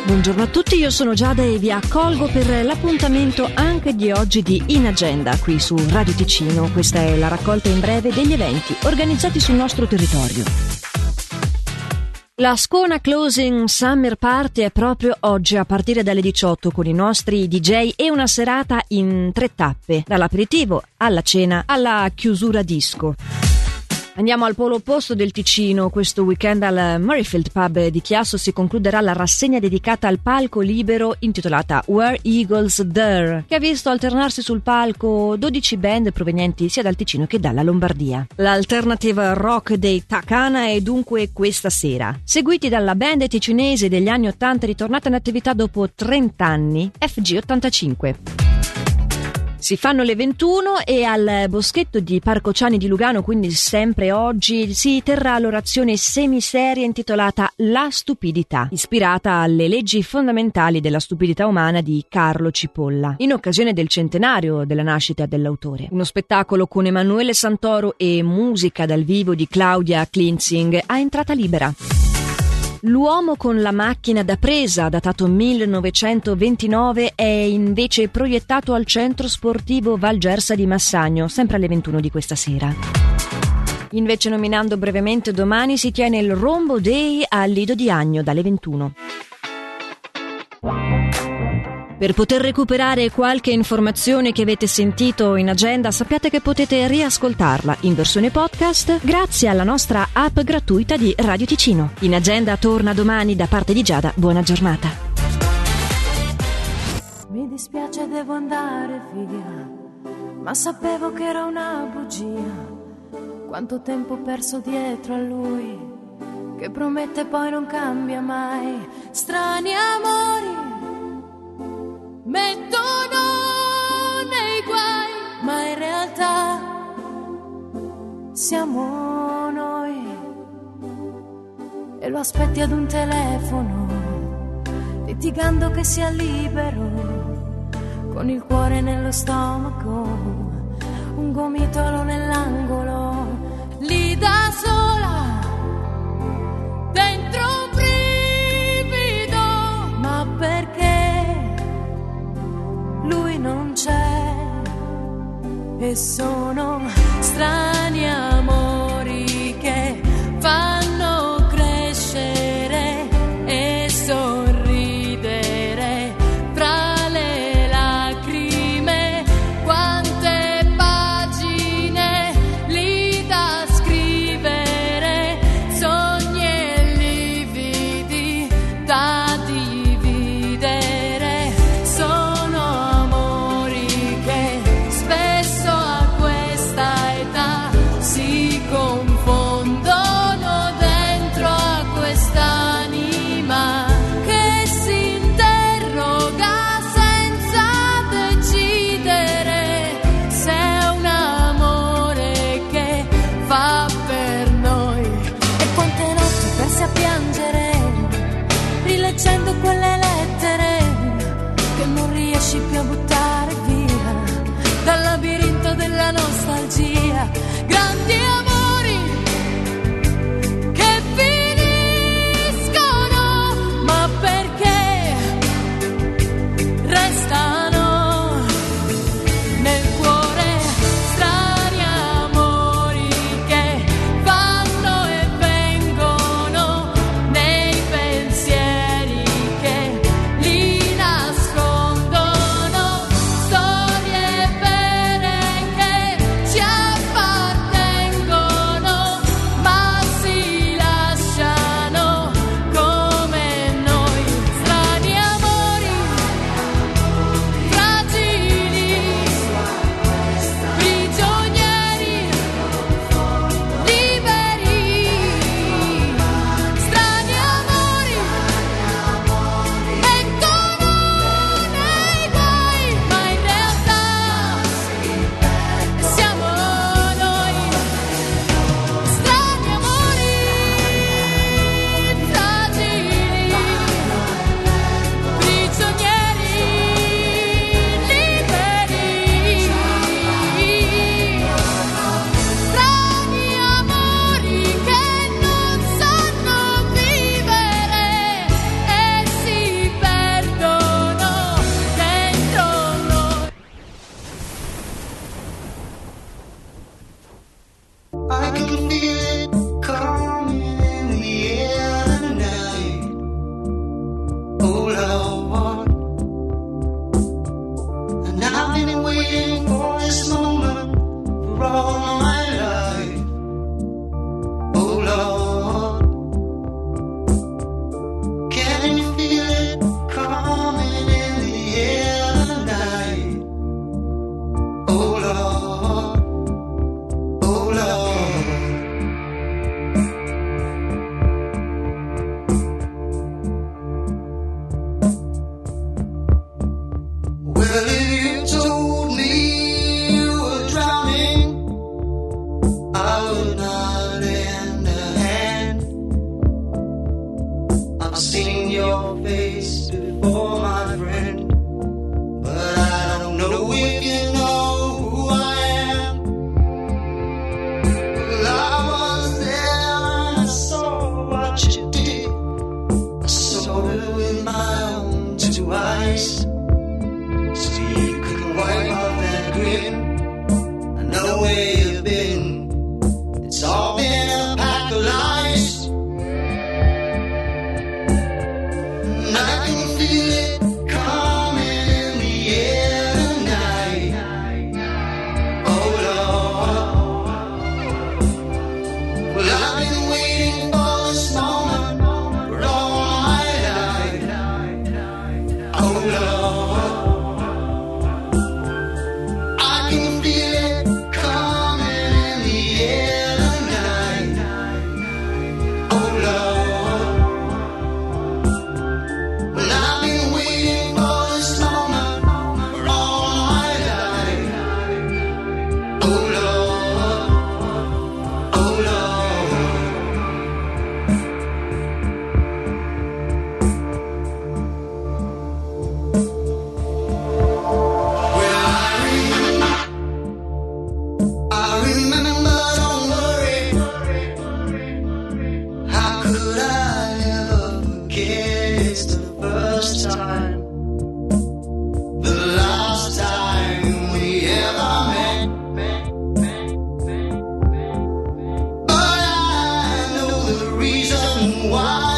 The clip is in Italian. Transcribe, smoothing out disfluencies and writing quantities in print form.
Buongiorno a tutti, io sono Giada e vi accolgo per l'appuntamento anche di oggi di In Agenda qui su Radio Ticino. Questa è la raccolta in breve degli eventi organizzati sul nostro territorio. La Scona Closing Summer Party è proprio oggi a partire dalle 18 con i nostri DJ e una serata in 3 tappe, dall'aperitivo alla cena alla chiusura disco. Andiamo al polo opposto del Ticino. Questo weekend al Murrayfield Pub di Chiasso si concluderà la rassegna dedicata al palco libero intitolata Where Eagles Dare, che ha visto alternarsi sul palco 12 band provenienti sia dal Ticino che dalla Lombardia. L'alternative rock dei Takana è dunque questa sera, seguiti dalla band ticinese degli anni 80 ritornata in attività dopo 30 anni, FG85. Si fanno le 21 e al boschetto di Parco Ciani di Lugano, quindi sempre oggi, si terrà l'orazione semiseria intitolata La stupidità, ispirata alle leggi fondamentali della stupidità umana di Carlo Cipolla, in occasione del centenario della nascita dell'autore. Uno spettacolo con Emanuele Santoro e musica dal vivo di Claudia Klinzing a entrata libera. L'uomo con la macchina da presa, datato 1929, è invece proiettato al centro sportivo Val Gersa di Massagno, sempre alle 21 di questa sera. Invece, nominando brevemente, domani si tiene il Rombo Day al Lido di Agno dalle 21. Per poter recuperare qualche informazione che avete sentito in agenda, sappiate che potete riascoltarla in versione podcast grazie alla nostra app gratuita di Radio Ticino. In Agenda torna domani. Da parte di Giada, buona giornata. Mi dispiace, devo andare via, ma sapevo che era una bugia. Quanto tempo perso dietro a lui, che promette poi non cambia mai. Strani amori mettono nei guai, ma in realtà siamo noi. E lo aspetti ad un telefono, litigando che sia libero, con il cuore nello stomaco, un gomitolo nell'angolo, lì da sola, dentro un brivido. Ma perché lui non c'è? E sono strani amori che fanno crescere e sorridere fra le lacrime. Quante pagine lì da scrivere, sogni e lividi da dividere. Sono amori che spesso a questa età si confondono dentro a quest'anima che si interroga senza decidere se è un amore che fa per noi. E quante notti persi a piangere, rileggendo quelle lettere che non riesci più a buttare via dal labirinto della nostalgia. Grandi amori che finiscono, ma perché restano nel cuore. Strani amori che vanno e vengono nei pensieri che li nascondono. Storie vere che ci appartengono. I've seen your face before, my friend, but I don't know if you know who I am. Well, I was there and I saw what you did. I saw it with my own two eyes. So you could wipe off that grin. I know where you've been. It's all been a pack of lies. And I can feel it coming in the air tonight. Oh Lord. Well, I've been waiting for this moment for all my life. Oh Lord. I can feel it coming in the air tonight. Oh Lord. Well, I've been waiting for this moment for all my life. Oh Lord. Oh Lord. Well, I remember, don't worry. How could I ever forget? It's the first time, the last time we ever met. But I know the reason why.